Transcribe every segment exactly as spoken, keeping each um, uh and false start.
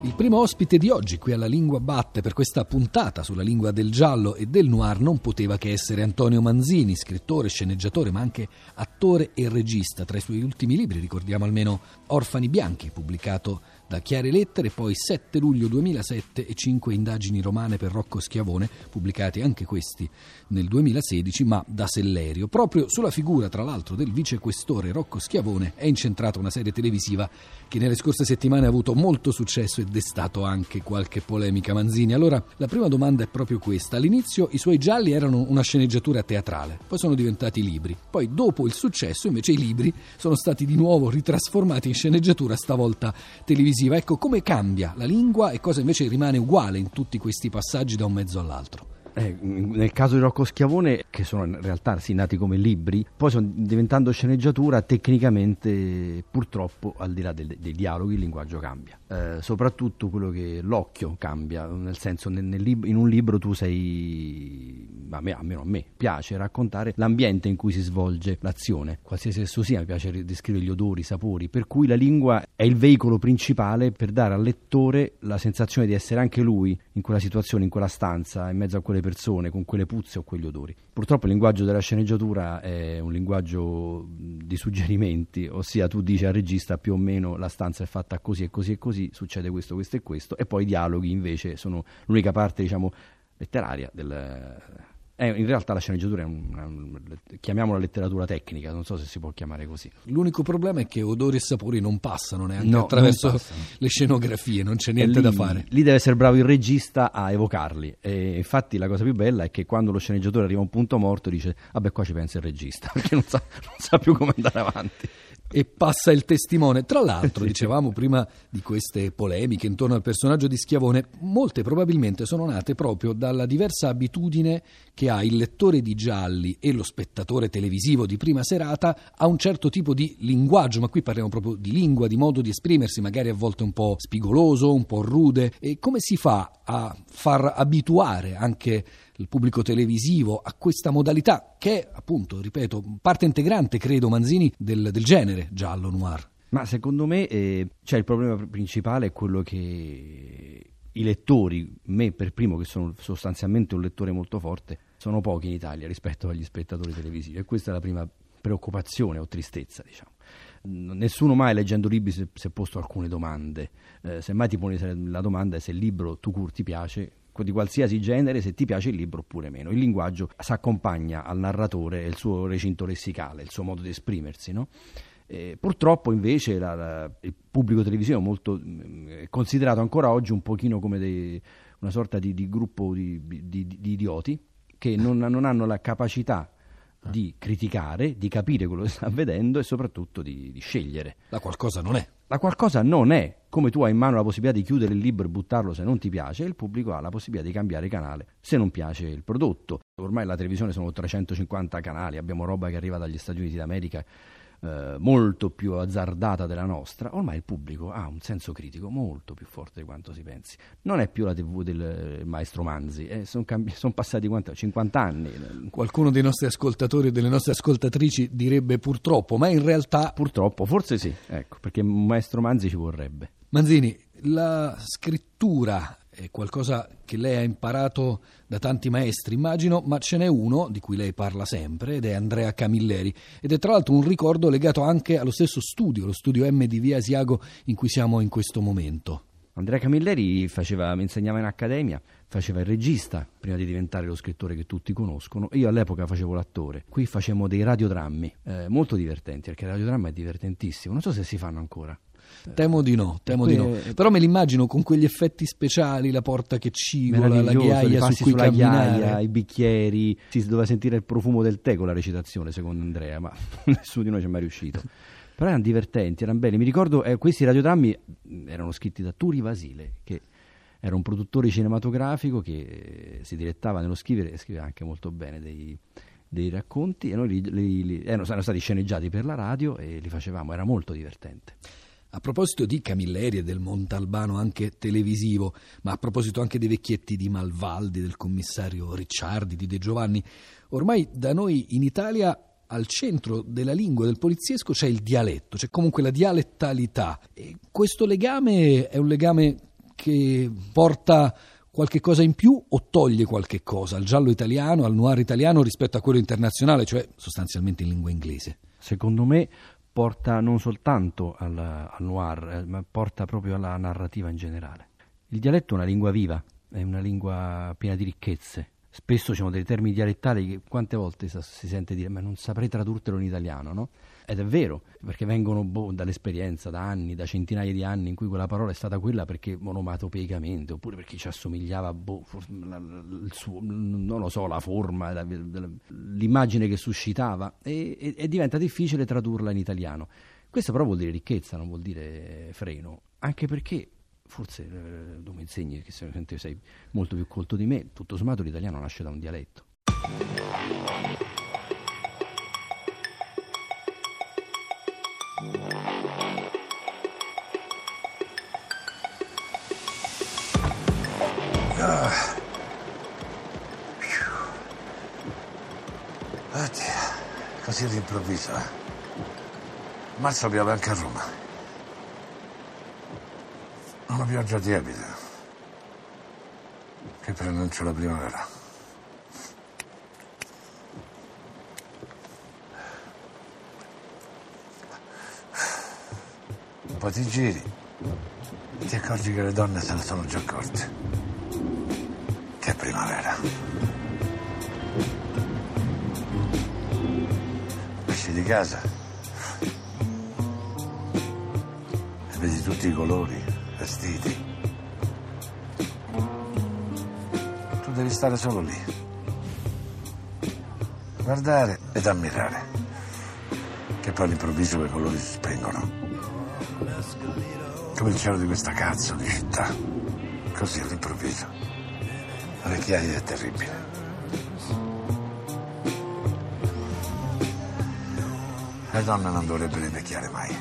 Il primo ospite di oggi qui alla Lingua Batte per questa puntata sulla lingua del giallo e del noir non poteva che essere Antonio Manzini, scrittore, sceneggiatore ma anche attore e regista. Tra i suoi ultimi libri ricordiamo almeno Orfani Bianchi, pubblicato da Chiare Lettere, poi sette luglio duemilasette e cinque indagini romane per Rocco Schiavone, pubblicati anche questi nel duemilasedici ma da Sellerio. Proprio sulla figura tra l'altro del vicequestore Rocco Schiavone è incentrata una serie televisiva che nelle scorse settimane ha avuto molto successo e destato anche qualche polemica. Manzini, allora la prima domanda è proprio questa: all'inizio i suoi gialli erano una sceneggiatura teatrale, poi sono diventati libri, poi dopo il successo invece i libri sono stati di nuovo ritrasformati in sceneggiatura, stavolta televisiva. Ecco, come cambia la lingua e cosa invece rimane uguale in tutti questi passaggi da un mezzo all'altro? Eh, nel caso di Rocco Schiavone, che sono in realtà sì, nati come libri, poi sono diventando sceneggiatura, tecnicamente purtroppo al di là del, dei dialoghi il linguaggio cambia, eh, soprattutto quello che l'occhio cambia, nel senso nel, nel lib- in un libro tu sei, a me, almeno a me piace raccontare l'ambiente in cui si svolge l'azione, qualsiasi esso sia, mi piace descrivere gli odori, i sapori, per cui la lingua è il veicolo principale per dare al lettore la sensazione di essere anche lui in quella situazione, in quella stanza, in mezzo a quelle persone, con quelle puzze o quegli odori. Purtroppo il linguaggio della sceneggiatura è un linguaggio di suggerimenti, ossia tu dici al regista più o meno la stanza è fatta così e così e così, succede questo, questo e questo, e poi i dialoghi invece sono l'unica parte, diciamo, letteraria del... Eh, in realtà la sceneggiatura è una, una, chiamiamola letteratura tecnica, non so se si può chiamare così. L'unico problema è che odori e sapori non passano neanche no, attraverso le scenografie, non c'è niente lì, da fare. Lì deve essere bravo il regista a evocarli, e infatti la cosa più bella è che quando lo sceneggiatore arriva a un punto morto dice vabbè, qua ci pensa il regista, perché non sa, non sa più come andare avanti. E passa il testimone. Tra l'altro, dicevamo prima di queste polemiche intorno al personaggio di Schiavone, molte probabilmente sono nate proprio dalla diversa abitudine che ha il lettore di gialli e lo spettatore televisivo di prima serata a un certo tipo di linguaggio, ma qui parliamo proprio di lingua, di modo di esprimersi, magari a volte un po' spigoloso, un po' rude. E come si fa a far abituare anche il pubblico televisivo a questa modalità che è, appunto, ripeto, parte integrante, credo, Manzini, del, del genere giallo noir? Ma secondo me eh, cioè il problema principale è quello che i lettori, me per primo che sono sostanzialmente un lettore molto forte, sono pochi in Italia rispetto agli spettatori televisivi, e questa è la prima preoccupazione o tristezza, diciamo. Nessuno mai leggendo libri si è posto alcune domande, eh, semmai ti poni la domanda se il libro tu cur ti piace, di qualsiasi genere, se ti piace il libro oppure meno. Il linguaggio si accompagna al narratore e il suo recinto lessicale, il suo modo di esprimersi, no? Eh, purtroppo invece la, la, il pubblico televisivo è molto è considerato ancora oggi un pochino come dei, una sorta di, di gruppo di, di, di, di idioti che non, non hanno la capacità di criticare, di capire quello che sta vedendo e soprattutto di, di scegliere. La qualcosa non è. La qualcosa non è. Come tu hai in mano la possibilità di chiudere il libro e buttarlo se non ti piace, il pubblico ha la possibilità di cambiare canale se non piace il prodotto. Ormai la televisione sono trecentocinquanta canali, abbiamo roba che arriva dagli Stati Uniti d'America eh, molto più azzardata della nostra. Ormai il pubblico ha un senso critico molto più forte di quanto si pensi. Non è più la tivù del maestro Manzi, eh, sono cambi- son passati quanto? cinquanta anni. Qualcuno dei nostri ascoltatori e delle nostre ascoltatrici direbbe purtroppo, ma in realtà... Purtroppo, forse sì, ecco, perché un maestro Manzi ci vorrebbe. Manzini, la scrittura è qualcosa che lei ha imparato da tanti maestri, immagino, ma ce n'è uno di cui lei parla sempre ed è Andrea Camilleri, ed è tra l'altro un ricordo legato anche allo stesso studio, lo studio M di Via Asiago in cui siamo in questo momento. Andrea Camilleri faceva, mi insegnava in accademia, faceva il regista prima di diventare lo scrittore che tutti conoscono. Io all'epoca facevo l'attore. Qui facevamo dei radiodrammi eh, molto divertenti, perché il radiodramma è divertentissimo. Non so se si fanno ancora. Temo di no, temo di no. Però me l'immagino con quegli effetti speciali, la porta che cigola, la ghiaia su cui camminare, ghiaia, i bicchieri. Si doveva sentire il profumo del tè con la recitazione, secondo Andrea, ma nessuno di noi ci è mai riuscito. Però erano divertenti, erano belli. Mi ricordo eh, questi radiodrammi erano scritti da Turi Vasile, che era un produttore cinematografico che si dilettava nello scrivere, e scriveva anche molto bene dei, dei racconti, e noi li, li, li, erano, erano stati sceneggiati per la radio e li facevamo, era molto divertente. A proposito di Camilleri e del Montalbano anche televisivo, ma a proposito anche dei vecchietti di Malvaldi, del commissario Ricciardi, di De Giovanni, ormai da noi in Italia al centro della lingua del poliziesco c'è il dialetto, c'è comunque la dialettalità, e questo legame è un legame che porta qualche cosa in più o toglie qualche cosa al giallo italiano, al noir italiano rispetto a quello internazionale, cioè sostanzialmente in lingua inglese? Secondo me porta non soltanto al, al noir, eh, ma porta proprio alla narrativa in generale. Il dialetto è una lingua viva, è una lingua piena di ricchezze. Spesso ci sono dei termini dialettali che quante volte si sente dire ma non saprei tradurtelo in italiano, no? Ed è vero, perché vengono boh, dall'esperienza, da anni, da centinaia di anni in cui quella parola è stata quella perché onomatopeicamente, oppure perché ci assomigliava boh, la, il suo, non lo so, la forma, la, la, l'immagine che suscitava e, e, e diventa difficile tradurla in italiano. Questo però vuol dire ricchezza, non vuol dire freno, anche perché forse eh, tu mi insegni che sei, sei molto più colto di me, tutto sommato l'italiano nasce da un dialetto. Ah. Oddio, così all'improvviso, eh? Marzo piove anche a Roma. Una pioggia tiepida che preannuncia la primavera. Un po' ti giri, ti accorgi che le donne se ne sono già accorte. Che primavera. Esci di casa e vedi tutti i colori, vestiti. Tu devi stare solo lì, guardare ed ammirare, che poi all'improvviso quei colori si spengono. Come il cielo di questa cazzo di città, così all'improvviso. L'orecchiaia è terribile. Le donne non dovrebbero invecchiare mai.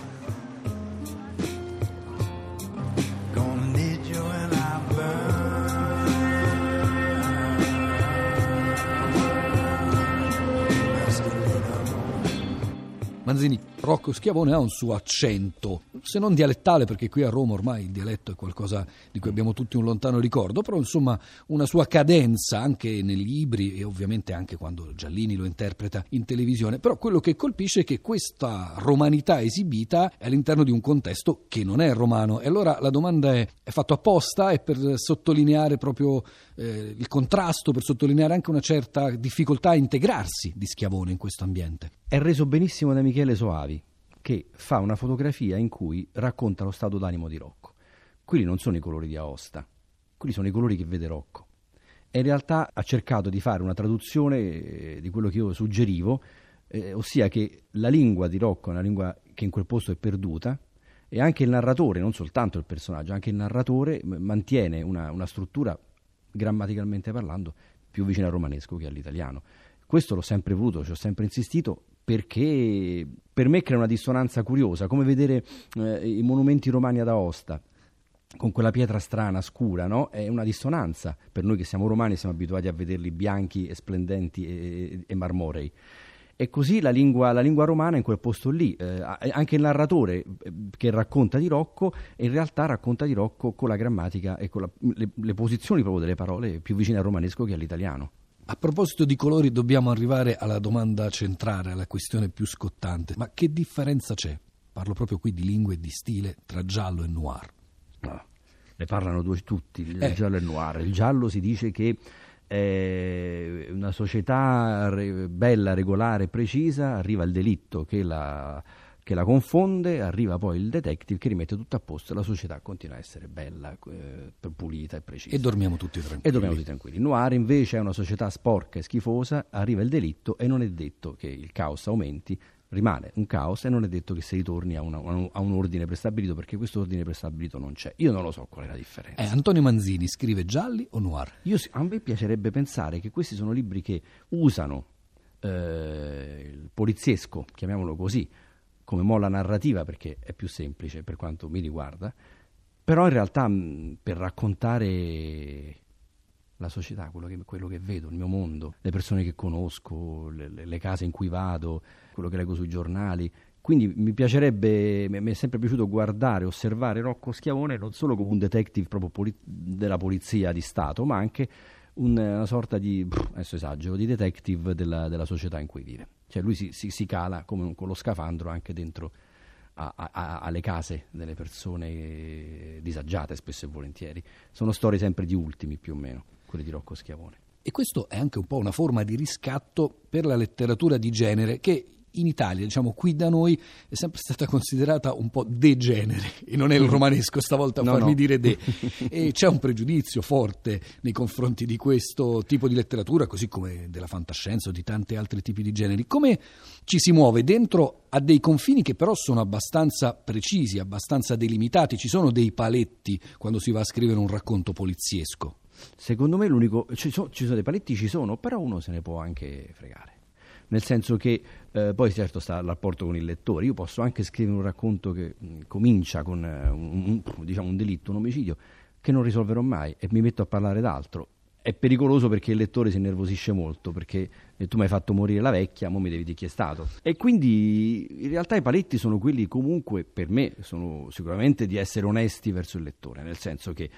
Manzini, Rocco Schiavone ha un suo accento, se non dialettale, perché qui a Roma ormai il dialetto è qualcosa di cui abbiamo tutti un lontano ricordo, però insomma una sua cadenza anche nei libri e ovviamente anche quando Giallini lo interpreta in televisione. Però quello che colpisce è che questa romanità esibita è all'interno di un contesto che non è romano, e allora la domanda è: è fatto apposta? È per sottolineare proprio eh, il contrasto, per sottolineare anche una certa difficoltà a integrarsi di Schiavone in questo ambiente? È reso benissimo da Michele Soavi, che fa una fotografia in cui racconta lo stato d'animo di Rocco. Quelli non sono i colori di Aosta, quelli sono i colori che vede Rocco. E in realtà ha cercato di fare una traduzione eh, di quello che io suggerivo, eh, ossia che la lingua di Rocco è una lingua che in quel posto è perduta, e anche il narratore, non soltanto il personaggio, anche il narratore mantiene una, una struttura, grammaticalmente parlando, più vicina al romanesco che all'italiano. Questo l'ho sempre voluto, ci ho sempre insistito, perché per me crea una dissonanza curiosa, come vedere eh, i monumenti romani ad Aosta con quella pietra strana, scura, no? È una dissonanza per noi che siamo romani, siamo abituati a vederli bianchi e splendenti e, e marmorei. E così la lingua, la lingua romana in quel posto lì, eh, anche il narratore eh, che racconta di Rocco, in realtà racconta di Rocco con la grammatica e con la, le, le posizioni proprio delle parole più vicine al romanesco che all'italiano. A proposito di colori, dobbiamo arrivare alla domanda centrale, alla questione più scottante. Ma che differenza c'è? Parlo proprio qui di lingue e di stile tra giallo e noir. No, ne parlano due, tutti, il eh. giallo e il noir. Il giallo si dice che è una società re, bella, regolare, precisa, arriva il delitto che la... che la confonde, arriva poi il detective che rimette tutto a posto e la società continua a essere bella, eh, pulita e precisa. E dormiamo tutti tranquilli. E dormiamo tutti tranquilli. Noir invece è una società sporca e schifosa, arriva il delitto e non è detto che il caos aumenti, rimane un caos e non è detto che si ritorni a, una, a un ordine prestabilito, perché questo ordine prestabilito non c'è. Io non lo so qual è la differenza. Eh, Antonio Manzini scrive gialli o noir? Io, a me piacerebbe pensare che questi sono libri che usano eh, il poliziesco, chiamiamolo così, come molla narrativa, perché è più semplice per quanto mi riguarda, però in realtà mh, per raccontare la società, quello che, quello che vedo, il mio mondo, le persone che conosco, le, le case in cui vado, quello che leggo sui giornali, Quindi mi piacerebbe, mi è sempre piaciuto guardare, osservare Rocco Schiavone non solo come un detective proprio poli- della polizia di Stato, ma anche un, una sorta di, adesso esagero, di detective della, della società in cui vive. Cioè lui si, si, si cala come con lo scafandro anche dentro a, a, alle case delle persone disagiate, spesso e volentieri. Sono storie sempre di ultimi, più o meno, quelle di Rocco Schiavone. E questo è anche un po' una forma di riscatto per la letteratura di genere che in Italia, diciamo qui da noi, è sempre stata considerata un po' degenere, e non è il romanesco stavolta a no, farmi no. dire de. E c'è un pregiudizio forte nei confronti di questo tipo di letteratura, così come della fantascienza o di tanti altri tipi di generi. Come ci si muove dentro a dei confini che però sono abbastanza precisi, abbastanza delimitati? Ci sono dei paletti quando si va a scrivere un racconto poliziesco? Secondo me l'unico, ci sono, ci sono dei paletti, ci sono, però uno se ne può anche fregare. Nel senso che eh, poi certo sta al rapporto con il lettore. Io posso anche scrivere un racconto che mh, comincia con eh, un, un, diciamo un delitto, un omicidio, che non risolverò mai e mi metto a parlare d'altro. È pericoloso perché il lettore si innervosisce molto, perché eh, tu mi hai fatto morire la vecchia, mo mi devi dire chi è stato. E quindi in realtà i paletti sono quelli, comunque per me sono sicuramente di essere onesti verso il lettore, nel senso che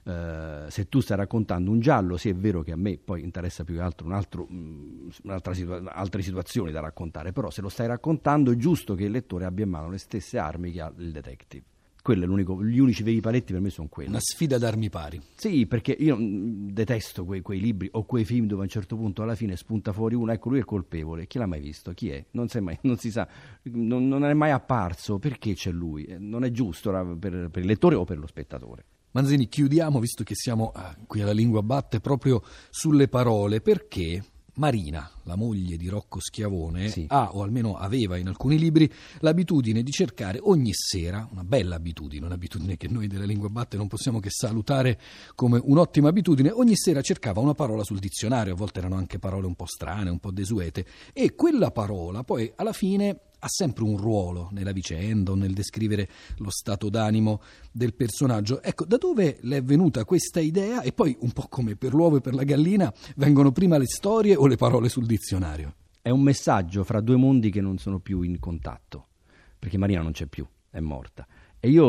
Uh, se tu stai raccontando un giallo, sì è vero che a me poi interessa più che altro, un altro, mh, un'altra situa- altre situazioni da raccontare, però se lo stai raccontando è giusto che il lettore abbia in mano le stesse armi che ha il detective. Quello è l'unico, gli unici veri paletti per me sono quelli. Una sfida d'armi pari. Sì, perché io mh, detesto quei, quei libri o quei film dove a un certo punto alla fine spunta fuori uno, ecco lui è il colpevole, chi l'ha mai visto? Chi è? Non, mai, non si sa, non, non è mai apparso, perché c'è lui? Non è giusto per, per il lettore o per lo spettatore. Manzini, chiudiamo, visto che siamo ah, qui alla Lingua Batte, proprio sulle parole, perché Marina, la moglie di Rocco Schiavone, sì. ha, o almeno aveva in alcuni libri, l'abitudine di cercare ogni sera, una bella abitudine, un'abitudine che noi della Lingua Batte non possiamo che salutare come un'ottima abitudine, ogni sera cercava una parola sul dizionario, a volte erano anche parole un po' strane, un po' desuete, e quella parola poi alla fine ha sempre un ruolo nella vicenda o nel descrivere lo stato d'animo del personaggio. Ecco, da dove le è venuta questa idea? E poi, un po' come per l'uovo e per la gallina, vengono prima le storie o le parole sul dizionario? È un messaggio fra due mondi che non sono più in contatto, perché Marina non c'è più, è morta. E io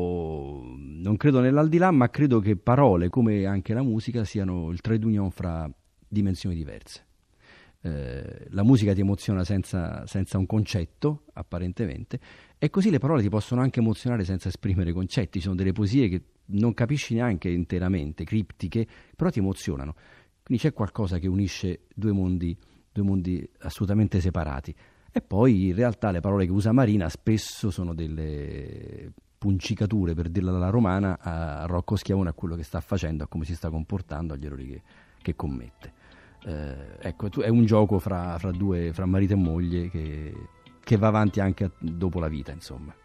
non credo nell'aldilà, ma credo che parole, come anche la musica, siano il trait d'union fra dimensioni diverse. Eh, la musica ti emoziona senza, senza un concetto, apparentemente, e così le parole ti possono anche emozionare senza esprimere concetti. Ci sono delle poesie che non capisci neanche interamente, criptiche, però ti emozionano. Quindi c'è qualcosa che unisce due mondi, due mondi assolutamente separati. E poi in realtà le parole che usa Marina spesso sono delle puncicature, per dirla alla romana, a Rocco Schiavone, a quello che sta facendo, a come si sta comportando, agli errori che, che commette. Eh, ecco, è un gioco fra, fra due, fra marito e moglie che, che va avanti anche dopo la vita, insomma.